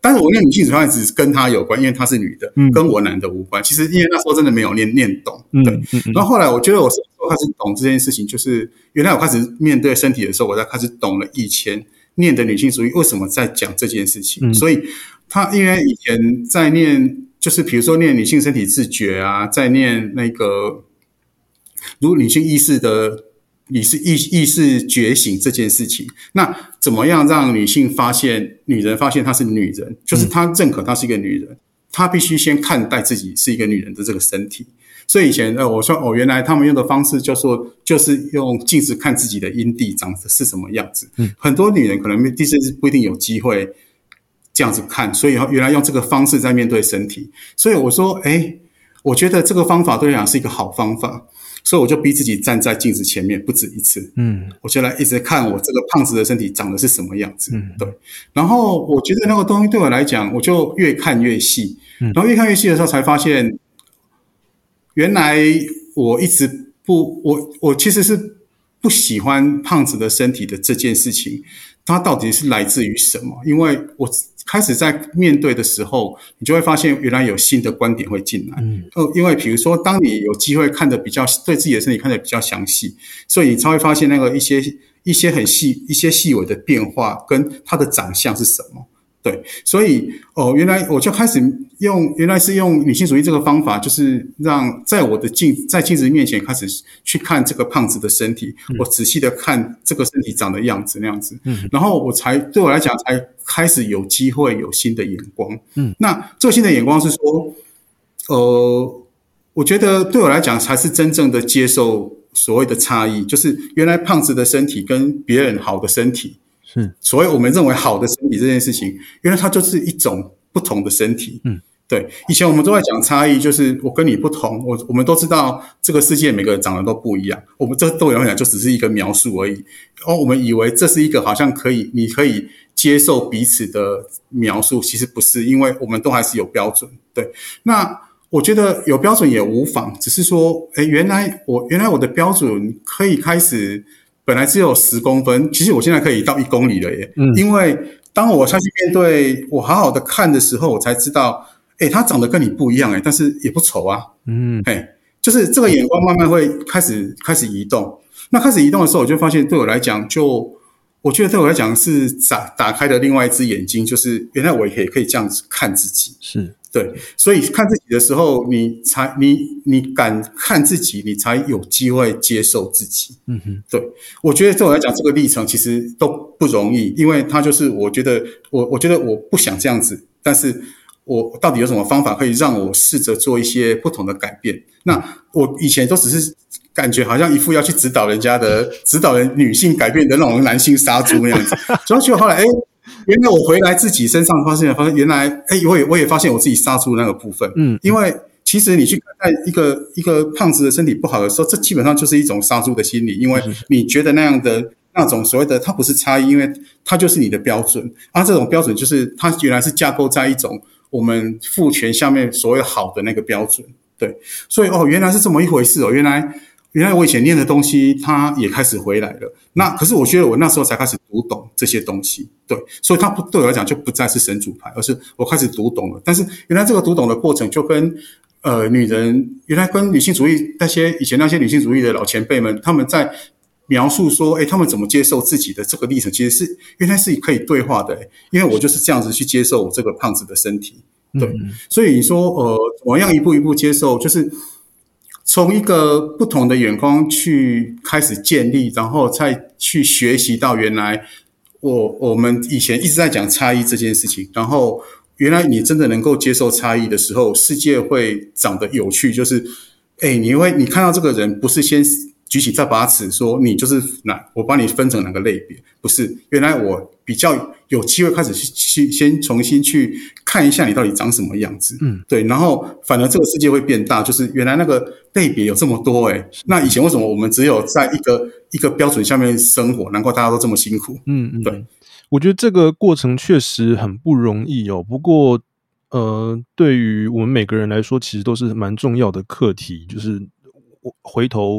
但是我念女性主义方法只跟她有关，因为她是女的，嗯、跟我男的无关。其实因为那时候真的没有念念懂，对。嗯嗯嗯、然后后来我觉得我什么时候开始懂这件事情，就是原来我开始面对身体的时候，我才开始懂了以前念的女性主义为什么在讲这件事情。嗯、所以他因为以前在念，就是比如说念女性身体自觉啊，在念那个如女性意识的。你是意意识觉醒这件事情，那怎么样让女性发现，女人发现她是女人，就是她认可她是一个女人，嗯、她必须先看待自己是一个女人的这个身体。所以以前呃，我说哦，原来他们用的方式就说，就是用镜子看自己的阴蒂长得是什么样子。嗯、很多女人可能第四次不一定有机会这样子看，所以原来用这个方式在面对身体。所以我说，哎，我觉得这个方法对我来讲是一个好方法。所以我就逼自己站在镜子前面不止一次，嗯，我就来一直看我这个胖子的身体长得是什么样子，嗯，对。然后我觉得那个东西对我来讲，我就越看越细，嗯，然后越看越细的时候，才发现，原来我一直不，我我其实是不喜欢胖子的身体的这件事情，它到底是来自于什么？因为我开始在面对的时候，你就会发现原来有新的观点会进来。嗯，呃，因为比如说，当你有机会看得比较对自己的身体看得比较详细，所以你才会发现那个一些一些很细、一些细微的变化跟它的长相是什么。对，所以哦，原来我就开始用，原来是用女性主义这个方法，就是让在我的镜在镜子面前开始去看这个胖子的身体，嗯、我仔细的看这个身体长的样子那样子，嗯、然后我才对我来讲才开始有机会有新的眼光。嗯，那这个新的眼光是说，呃，我觉得对我来讲才是真正的接受所谓的差异，就是原来胖子的身体跟别人好的身体。嗯，所谓我们认为好的身体这件事情，原来它就是一种不同的身体。嗯，对。以前我们都在讲差异，就是我跟你不同，我我们都知道这个世界每个人长得都不一样，我们这对我来讲就只是一个描述而已。哦，我们以为这是一个好像可以，你可以接受彼此的描述，其实不是，因为我们都还是有标准。对，那我觉得有标准也无妨，只是说，哎，原来我原来我的标准可以开始。本来只有十公分，其实我现在可以到一公里了耶。嗯，因为当我下去面对我好好的看的时候，我才知道，哎，他长得跟你不一样哎，但是也不丑啊。嗯，哎，就是这个眼光慢慢会开始开始移动。那开始移动的时候，我就发现对我来讲就，我觉得对我来讲是打打开了另外一只眼睛，就是原来我也可以这样子看自己。是。对，所以看自己的时候，你才你你敢看自己，你才有机会接受自己。嗯哼，对，我觉得对我来讲，这个历程其实都不容易，因为它就是我觉得我我觉得我不想这样子，但是我到底有什么方法可以让我试着做一些不同的改变？那我以前都只是感觉好像一副要去指导人家的指导人女性改变的那种男性杀猪那样子，然后结果后来哎。原来我回来自己身上发现，发现原来，哎，我也我也发现我自己杀出那个部分，嗯，因为其实你去看待一个一个胖子的身体不好的时候，这基本上就是一种杀猪的心理，因为你觉得那样的那种所谓的它不是差异，因为它就是你的标准，啊，这种标准就是它原来是架构在一种我们父权下面所谓好的那个标准，对，所以哦，原来是这么一回事哦，原来。原来我以前念的东西，它也开始回来了。那可是我觉得我那时候才开始读懂这些东西，对，所以它不对我来讲就不再是神主牌，而是我开始读懂了。但是原来这个读懂的过程，就跟呃女人原来跟女性主义那些以前那些女性主义的老前辈们，他们在描述说，哎，他们怎么接受自己的这个历程，其实是原来是可以对话的。因为我就是这样子去接受我这个胖子的身体，对，嗯、所以你说呃，怎么样一步一步接受，就是。从一个不同的眼光去开始建立，然后再去学习到原来我我们以前一直在讲差异这件事情，然后原来你真的能够接受差异的时候，世界会长得有趣，就是哎，你会你看到这个人不是先举起这把尺说你就是哪，我把你分成哪个类别，不是，原来我比较有机会开始去先重新去看一下你到底长什么样子，嗯，对，然后反而这个世界会变大，就是原来那个类别有这么多诶，那以前为什么我们只有在一个一个标准下面生活，难怪大家都这么辛苦，嗯嗯，对， 我觉得这个过程确实很不容易哦，不过呃，对于我们每个人来说，其实都是蛮重要的课题，就是回头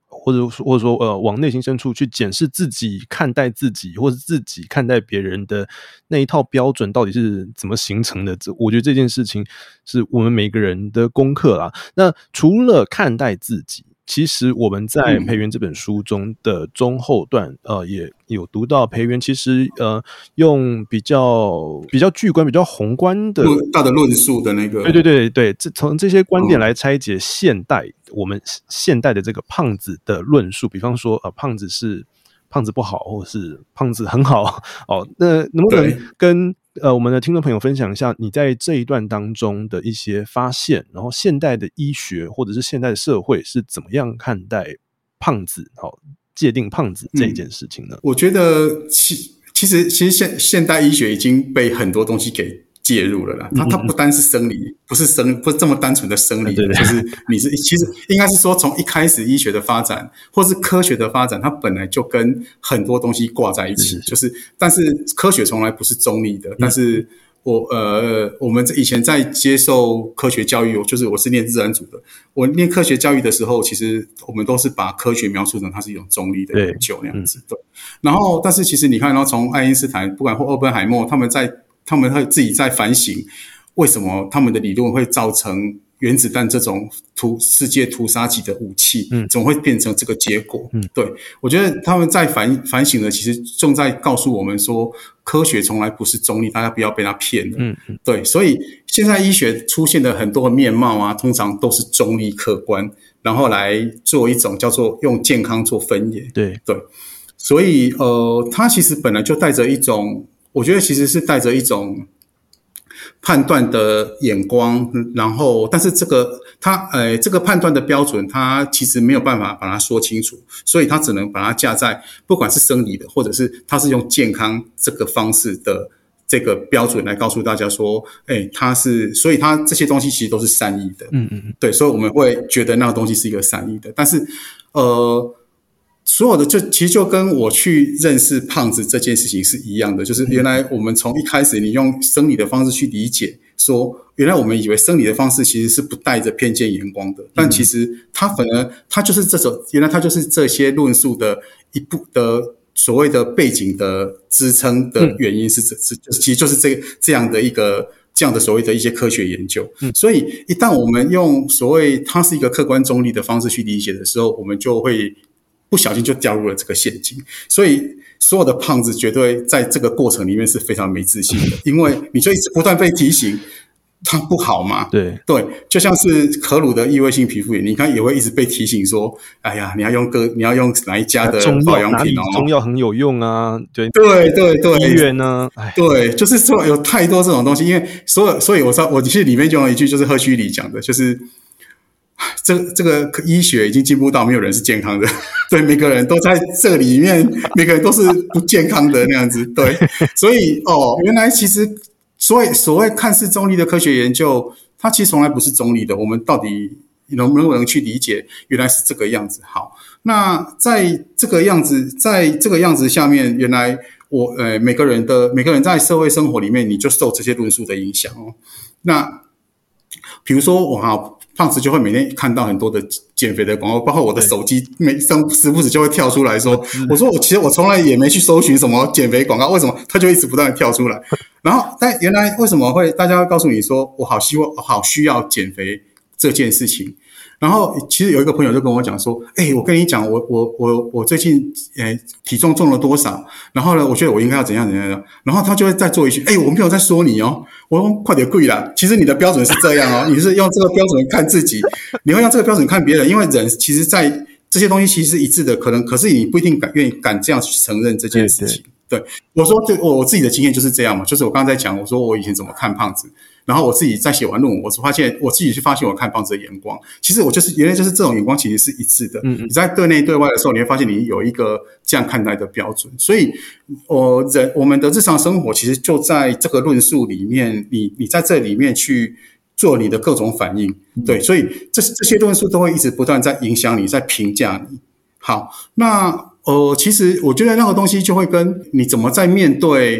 或者或者说呃，往内心深处去检视自己看待自己，或者自己看待别人的那一套标准到底是怎么形成的。这我觉得这件事情是我们每个人的功课啦。那除了看待自己，其实我们在培元这本书中的中后段，呃，也有读到培元其实呃用比较比较巨观、比较宏观的大的论述的那个， 对对对对，这从这些观点来拆解现代、嗯、我们现代的这个胖子的论述，比方说呃胖子是胖子不好，或是胖子很好哦，那能不能跟呃我们的听众朋友分享一下你在这一段当中的一些发现，然后现代的医学或者是现代的社会是怎么样看待胖子，好界定胖子这一件事情呢？ 嗯、我觉得其其实其实现现代医学已经被很多东西给介入了啦，它它不单是生理，不是生不是这么单纯的生理， 对对对， 就是你是其实应该是说从一开始医学的发展或是科学的发展，它本来就跟很多东西挂在一起，是是就是但是科学从来不是中立的，嗯、但是我呃我们以前在接受科学教育，就是我是念自然组的，我念科学教育的时候，其实我们都是把科学描述成它是一种中立的研究那样子，对。然后但是其实你看，然后从爱因斯坦不管或欧本海默，他们在他们会自己在反省，为什么他们的理论会造成原子弹这种屠世界屠杀级的武器，嗯，怎么会变成这个结果？嗯，对，我觉得他们在反反省的，其实正在告诉我们说，科学从来不是中立，大家不要被他骗了。嗯嗯，对，所以现在医学出现的很多的面貌啊，通常都是中立客观，然后来做一种叫做用健康做分野。 对对，所以呃，它其实本来就带着一种。我觉得其实是带着一种判断的眼光，然后但是这个他呃这个判断的标准，他其实没有办法把它说清楚，所以他只能把它架在不管是生理的，或者是他是用健康这个方式的这个标准来告诉大家说，哎，他是，所以他这些东西其实都是善意的，嗯嗯，对，所以我们会觉得那个东西是一个善意的，但是呃。所有的就其实就跟我去认识胖子这件事情是一样的，就是原来我们从一开始你用生理的方式去理解，说原来我们以为生理的方式其实是不带着偏见眼光的，但其实它反而它就是这种，原来它就是这些论述的一部的所谓的背景的支撑的原因是这是其实就是这这样的一个。这样的所谓的一些科学研究，嗯，所以一旦我们用所谓它是一个客观中立的方式去理解的时候，我们就会不小心就掉入了这个陷阱。所以所有的胖子绝对在这个过程里面是非常没自信的，因为你就一直不断被提醒它不好嘛， 对对，就像是可鲁的异位性皮肤炎，你看也会一直被提醒说，哎呀，你要用个你要用哪一家的保养品哦， 中药很有用啊，对对对对， 医院呢， 对，就是说有太多这种东西，因为所有，所以我知道，我其实里面就有一句就是赫胥黎讲的，就是这这个医学已经进步到没有人是健康的，对，每个人都在这里面，每个人都是不健康的那样子，对，所以哦，原来其实。所以，所谓看似中立的科学研究，它其实从来不是中立的。我们到底能不能去理解，原来是这个样子？好，那在这个样子，在这个样子下面，原来我呃每个人的每个人在社会生活里面，你就受这些论述的影响哦。那比如说我哈。胖子就会每天看到很多的减肥的广告，包括我的手机每时不时就会跳出来说，我说我其实我从来也没去搜寻什么减肥广告，为什么它就一直不断的跳出来？然后但原来为什么会大家会告诉你说我好希望我好需要减肥这件事情？然后其实有一个朋友就跟我讲说，哎，我跟你讲，我我我我最近呃体重重了多少？然后呢，我觉得我应该要怎样怎样。然后他就会再做一句，哎，我没有在说你哦，我说快点跪啦。其实你的标准是这样哦，你是用这个标准看自己，你会用这个标准看别人，因为人其实在这些东西其实是一致的，可能可是你不一定敢愿意敢这样去承认这件事情。对，对我说对我我自己的经验就是这样嘛，就是我刚才在讲，我说我以前怎么看胖子。然后我自己在写完论文，我发现我自己去发现我看胖子的眼光，其实我就是原来就是这种眼光其实是一致的。嗯嗯，你在对内对外的时候，你会发现你有一个这样看待的标准。所以，我人我们的日常生活其实就在这个论述里面，你你在这里面去做你的各种反应。对，所以这这些论述都会一直不断在影响你，在评价你。好，那呃，其实我觉得那个东西就会跟你怎么在面对。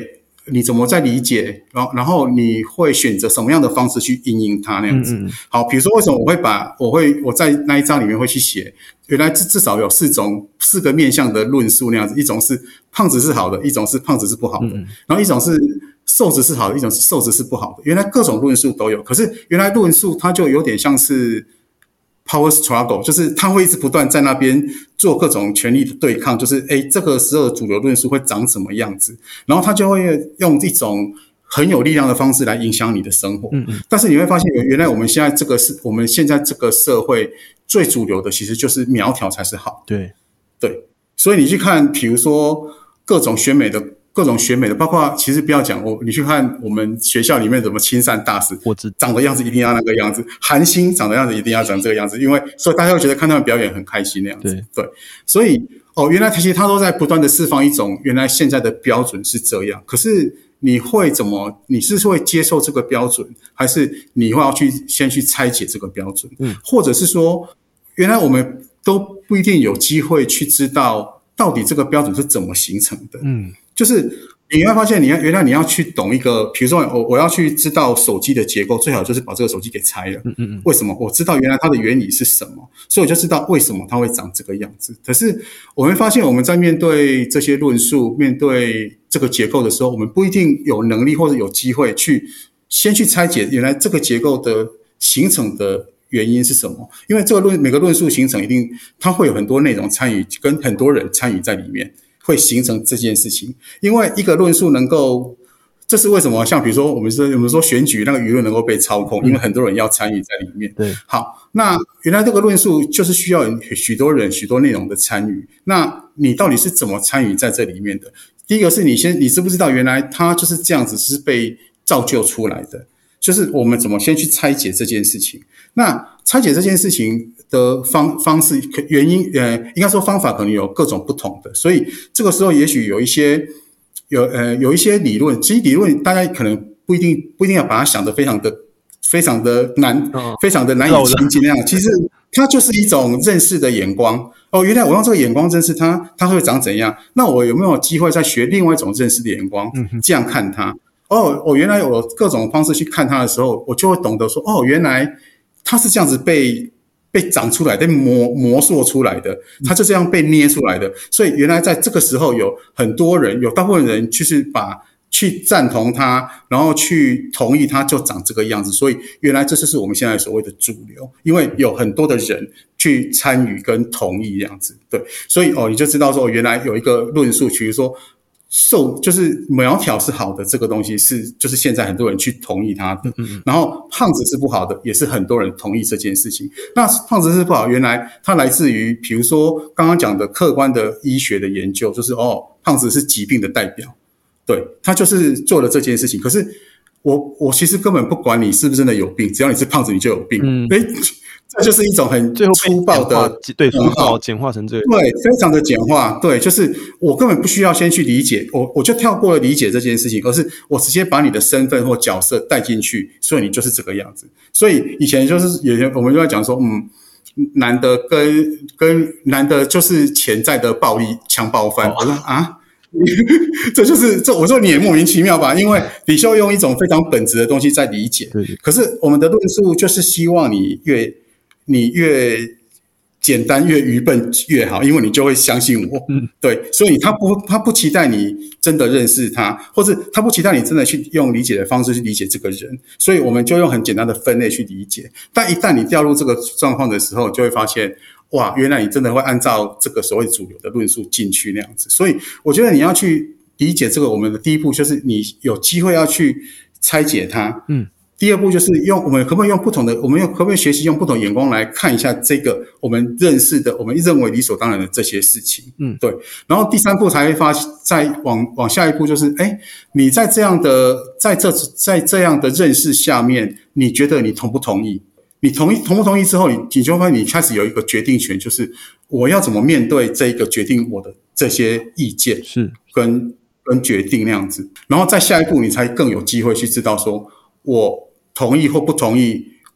你怎么在理解，然后然后你会选择什么样的方式去因应它那样子。嗯嗯好，比如说为什么我会把我会我在那一章里面会去写，原来至至少有四种四个面向的论述那样子，一种是胖子是好的，一种是胖子是不好的，嗯嗯然后一种是瘦子是好的，一种是瘦子是不好的。原来各种论述都有，可是原来论述它就有点像是power struggle， 就是他会一直不断在那边做各种权力的对抗，就是诶这个时候的主流论述会长什么样子，然后他就会用一种很有力量的方式来影响你的生活。嗯嗯但是你会发现，原来我们现在这个是我们现在这个社会最主流的，其实就是苗条才是好。 对对，所以你去看，比如说各种选美的。各种选美的，包括其实不要讲我，你去看我们学校里面怎么亲善大使，我知长的样子一定要那个样子，韩星长的样子一定要长这个样子，因为所以大家会觉得看他们表演很开心那样子。对，对所以哦，原来其实他都在不断的释放一种原来现在的标准是这样，可是你会怎么？你是会接受这个标准，还是你会要去先去拆解这个标准？嗯，或者是说，原来我们都不一定有机会去知道到底这个标准是怎么形成的。嗯。就是你会发现，你要原来你要去懂一个，比如说我我要去知道手机的结构，最好就是把这个手机给拆了。嗯嗯为什么？我知道原来它的原理是什么，所以我就知道为什么它会长这个样子。可是我们发现，我们在面对这些论述、面对这个结构的时候，我们不一定有能力或者有机会去先去拆解原来这个结构的形成的原因是什么。因为这个论每个论述形成，一定它会有很多内容参与，跟很多人参与在里面。会形成这件事情，因为一个论述能够，这是为什么？像比如说我们说我们说选举那个舆论能够被操控，因为很多人要参与在里面。对，好，那原来这个论述就是需要许多人、许多内容的参与。那你到底是怎么参与在这里面的？第一个是你先，你知不知道原来它就是这样子，是被造就出来的？就是我们怎么先去拆解这件事情？那拆解这件事情的方方式原因呃，应该说方法可能有各种不同的，所以这个时候也许有一些有呃有一些理论，其实理论大家可能不一定不一定要把它想得非常的非常的难、哦、非常的难以亲近那样，其实它就是一种认识的眼光。哦，原来我用这个眼光认识它，它会长怎样？那我有没有机会再学另外一种认识的眼光，这样看它？哦，我原来有各种方式去看它的时候，我就会懂得说，哦，原来它是这样子被被长出来、被磨磨塑出来的，它就这样被捏出来的。所以原来在这个时候，有很多人，有大部分人就是把去赞同它，然后去同意它就长这个样子。所以原来这就是我们现在所谓的主流，因为有很多的人去参与跟同意这样子。对，所以哦，你就知道说，原来有一个论述，比如说。瘦就是苗条是好的，这个东西是就是现在很多人去同意它的，嗯嗯然后胖子是不好的，也是很多人同意这件事情。那胖子是不好，原来它来自于比如说刚刚讲的客观的医学的研究，就是哦，胖子是疾病的代表，对，他就是做了这件事情。可是我我其实根本不管你是不是真的有病，只要你是胖子，你就有病。嗯，诶这就是一种很粗暴的， 对，粗暴简化成这个， 对，非常的简化，对，就是我根本不需要先去理解，我我就跳过了理解这件事情，而是我直接把你的身份或角色带进去，所以你就是这个样子。所以以前就是有些我们就在讲说，嗯，男的跟跟男的就是潜在的暴力强暴犯，我说啊。这就是这，我说你也莫名其妙吧？因为李修用一种非常本质的东西在理解，对，可是我们的论述就是希望你越你越简单越愚笨越好，因为你就会相信我。嗯，对，所以他不他不期待你真的认识他，或是他不期待你真的去用理解的方式去理解这个人，所以我们就用很简单的分类去理解。但一旦你掉入这个状况的时候，就会发现。哇，原来你真的会按照这个所谓主流的论述进去那样子，所以我觉得你要去理解这个，我们的第一步就是你有机会要去拆解它。嗯，第二步就是用我们可不可以用不同的，我们用可不可以学习用不同的眼光来看一下这个我们认识的，我们认为理所当然的这些事情。嗯，对。然后第三步才会发，再往往下一步就是，哎，你在这样的在这在这样的认识下面，你觉得你同不同意？你同意同不同意之后，你你就发现你开始有一个决定权，就是我要怎么面对这个决定我的这些意见，是跟跟决定那样子。然后再下一步，你才更有机会去知道说，我同意或不同意，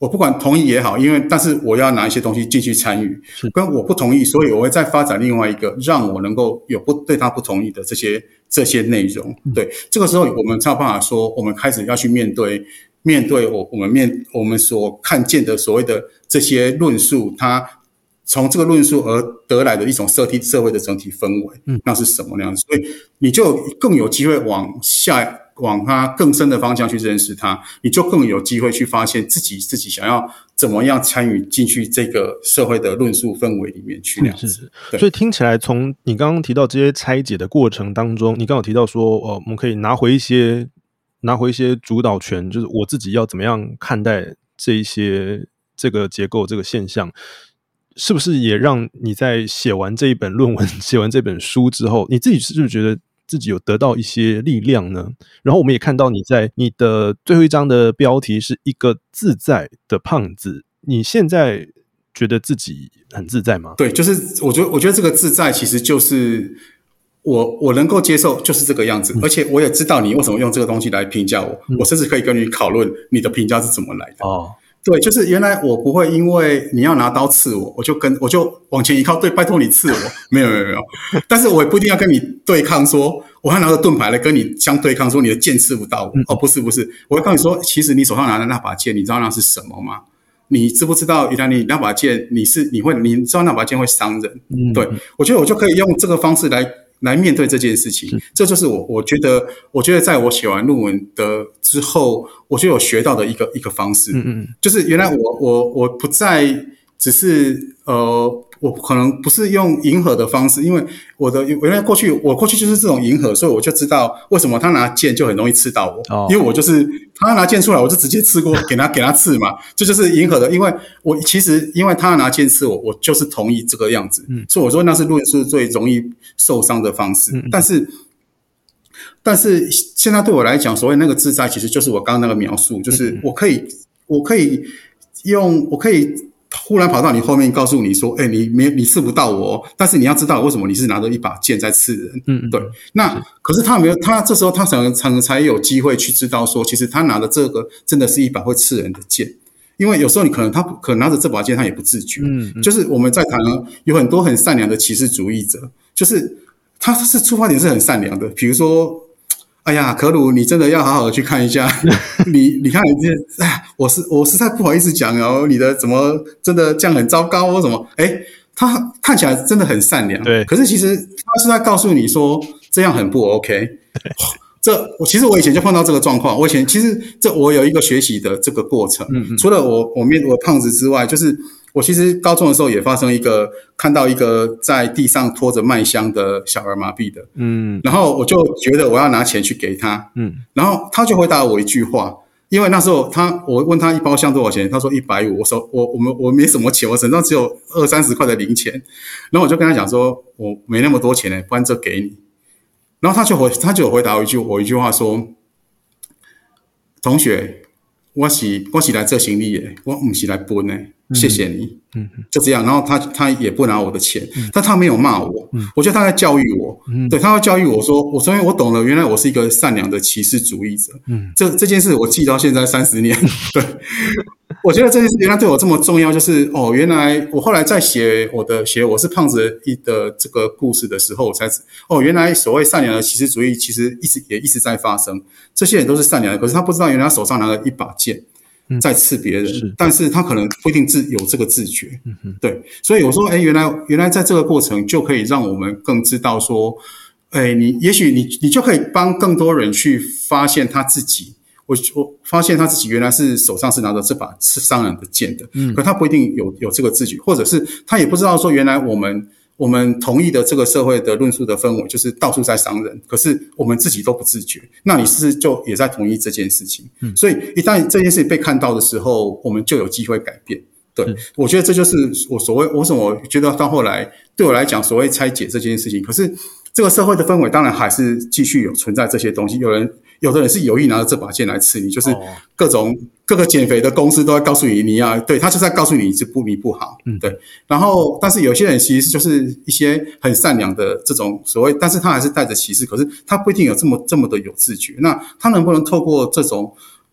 我不管同意也好，因为但是我要拿一些东西进去参与，跟我不同意，所以我会再发展另外一个让我能够有不对他不同意的这些这些内容。对，这个时候我们才有办法说，我们开始要去面对面对我我们面我们所看见的所谓的这些论述，它从这个论述而得来的一种社体社会的整体氛围，嗯，那是什么样子？所以你就更有机会往下。往它更深的方向去认识它，你就更有机会去发现自己自己想要怎么样参与进去这个社会的论述氛围里面去。 是是，所以听起来从你刚刚提到这些拆解的过程当中，你刚刚有提到说，呃，我们可以拿回一些拿回一些主导权，就是我自己要怎么样看待这一些这个结构这个现象。是不是也让你在写完这一本论文、写完这本书之后，你自己是不是觉得自己有得到一些力量呢？然后我们也看到你在你的最后一章的标题是一个自在的胖子，你现在觉得自己很自在吗？ 对，就是我觉得，我觉得这个自在其实就是我我能够接受，就是这个样子，嗯、而且我也知道你为什么用这个东西来评价我，嗯、我甚至可以跟你讨论你的评价是怎么来的。哦。对，就是原来我不会因为你要拿刀刺我，我就跟我就往前一靠，对，拜托你刺我，没有没有没有，但是我也不一定要跟你对抗说，说我要拿着盾牌来跟你相对抗，说你的剑刺不到我。嗯、哦，不是不是，我会告诉你说，其实你手上拿的那把剑，你知道那是什么吗？你知不知道原来你那把剑，你是你会你知道那把剑会伤人？嗯、对，我觉得我就可以用这个方式来。来面对这件事情，这就是我我觉得，我觉得在我写完论文的之后，我就有学到的一个一个方式，嗯嗯，就是原来我我我不再只是呃，我可能不是用迎合的方式，因为我的原来过去我过去就是这种迎合，所以我就知道为什么他拿剑就很容易刺到我，哦、因为我就是他拿剑出来，我就直接刺过给他给他刺嘛，这就是迎合的，因为我其实因为他拿剑刺我，我就是同意这个样子，嗯，所以我说那是论述最容易受伤的方式，嗯、但是。但是现在对我来讲，所谓那个自在，其实就是我刚刚那个描述，就是我可以，我可以用，我可以忽然跑到你后面，告诉你说：“哎、欸，你没你刺不到我，但是你要知道为什么你是拿着一把剑在刺人。”嗯，对。那可是他没有，他这时候他才才才有机会去知道说，其实他拿的这个真的是一把会刺人的剑。因为有时候你可能他可能拿着这把剑，他也不自觉。嗯，嗯就是我们在谈有很多很善良的歧视主义者，就是他是出发点是很善良的，比如说。哎呀，可鲁，你真的要好好的去看一下。你你看，你这，哎，我是我实在不好意思讲哦，你的怎么真的这样很糟糕或什么？哎，他看起来真的很善良，对。可是其实他是在告诉你说这样很不 OK。这我其实我以前就碰到这个状况，我以前其实这我有一个学习的这个过程，嗯嗯除了我我面我胖子之外，就是我其实高中的时候也发生一个看到一个在地上拖着麦香的小儿麻痹的，嗯，然后我就觉得我要拿钱去给他，嗯，然后他就回答我一句话，因为那时候他我问他一包香多少钱，他说一百五，我手我我们我没什么钱，我手上只有二三十块的零钱，然后我就跟他讲说我没那么多钱呢，不然这给你。然后他就回，他就有回答我一句，我一句话说：“同学，我是我是来做行李的，我不是来分的，谢谢你。嗯”就这样。然后他他也不拿我的钱，嗯、但他没有骂我，嗯、我觉得他在教育我。嗯、对，他要教育我说，我所以我懂了，原来我是一个善良的歧视主义者。嗯，这这件事我记到现在三十年。对。我觉得这件事原来对我这么重要，就是哦，原来我后来在写我的写我是胖子的这个故事的时候，我才哦，原来所谓善良的歧视主义其实一直也一直在发生。这些人都是善良的，可是他不知道原来他手上拿了一把剑在刺别人，嗯、是但是他可能不一定自有这个自觉。嗯、对，所以我说，哎，原来原来在这个过程就可以让我们更知道说，哎，你也许你你就可以帮更多人去发现他自己。我我发现他自己原来是手上是拿着这把刺伤人的剑的，嗯，可他不一定有有这个自觉，或者是他也不知道说原来我们我们同意的这个社会的论述的氛围就是到处在伤人，可是我们自己都不自觉，那你是不是就也在同意这件事情？嗯，所以一旦这件事情被看到的时候，我们就有机会改变。对，嗯、我觉得这就是我所谓为什么我觉得到后来对我来讲所谓拆解这件事情，可是这个社会的氛围当然还是继续有存在这些东西，有人。有的人是有意拿着这把剑来刺你，就是各种、哦、各个减肥的公司都在告诉你，你要对他就在告诉你是不你不好，嗯，对。然后，但是有些人其实就是一些很善良的这种所谓，但是他还是带着歧视，可是他不一定有这么这么的有自觉。那他能不能透过这种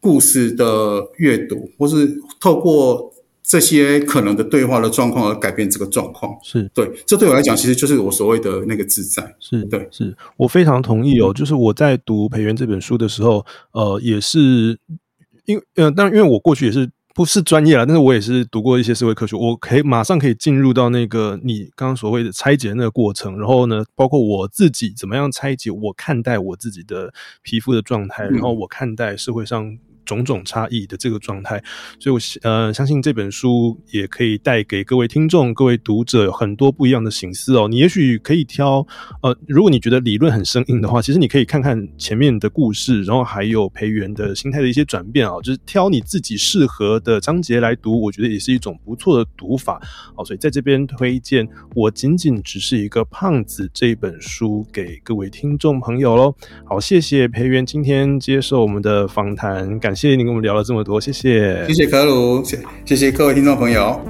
故事的阅读，或是透过这些可能的对话的状况而改变这个状况。 是，对， 这对我来讲其实就是我所谓的那个自在。 是， 对， 是我非常同意哦。就是我在读培元这本书的时候，呃，也是因呃，当然因为我过去也是不是专业啦，但是我也是读过一些社会科学，我可以马上可以进入到那个你刚刚所谓的拆解的那个过程，然后呢，包括我自己怎么样拆解，我看待我自己的皮肤的状态，然后我看待社会上种种差异的这个状态，所以我呃相信这本书也可以带给各位听众、各位读者有很多不一样的省思哦。你也许可以挑呃，如果你觉得理论很生硬的话，其实你可以看看前面的故事，然后还有培元的心态的一些转变啊，就是挑你自己适合的章节来读，我觉得也是一种不错的读法。好，所以在这边推荐《我仅仅只是一个胖子》这本书给各位听众朋友咯。好，谢谢培元今天接受我们的访谈，感谢你跟我们聊了这么多，谢谢。 谢谢可鲁，谢谢各位听众朋友。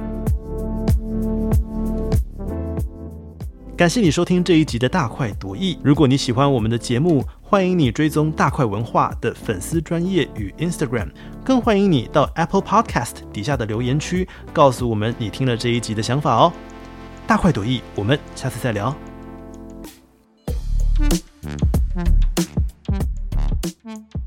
感谢你收听这一集的大快朵颐。如果你喜欢我们的节目，欢迎你追踪大快文化的粉丝专页与 Instagram， 更欢迎你到 Apple Podcast 底下的留言区告诉我们你听了这一集的想法哦。大快朵颐，我们下次再聊。 Mm-hmm.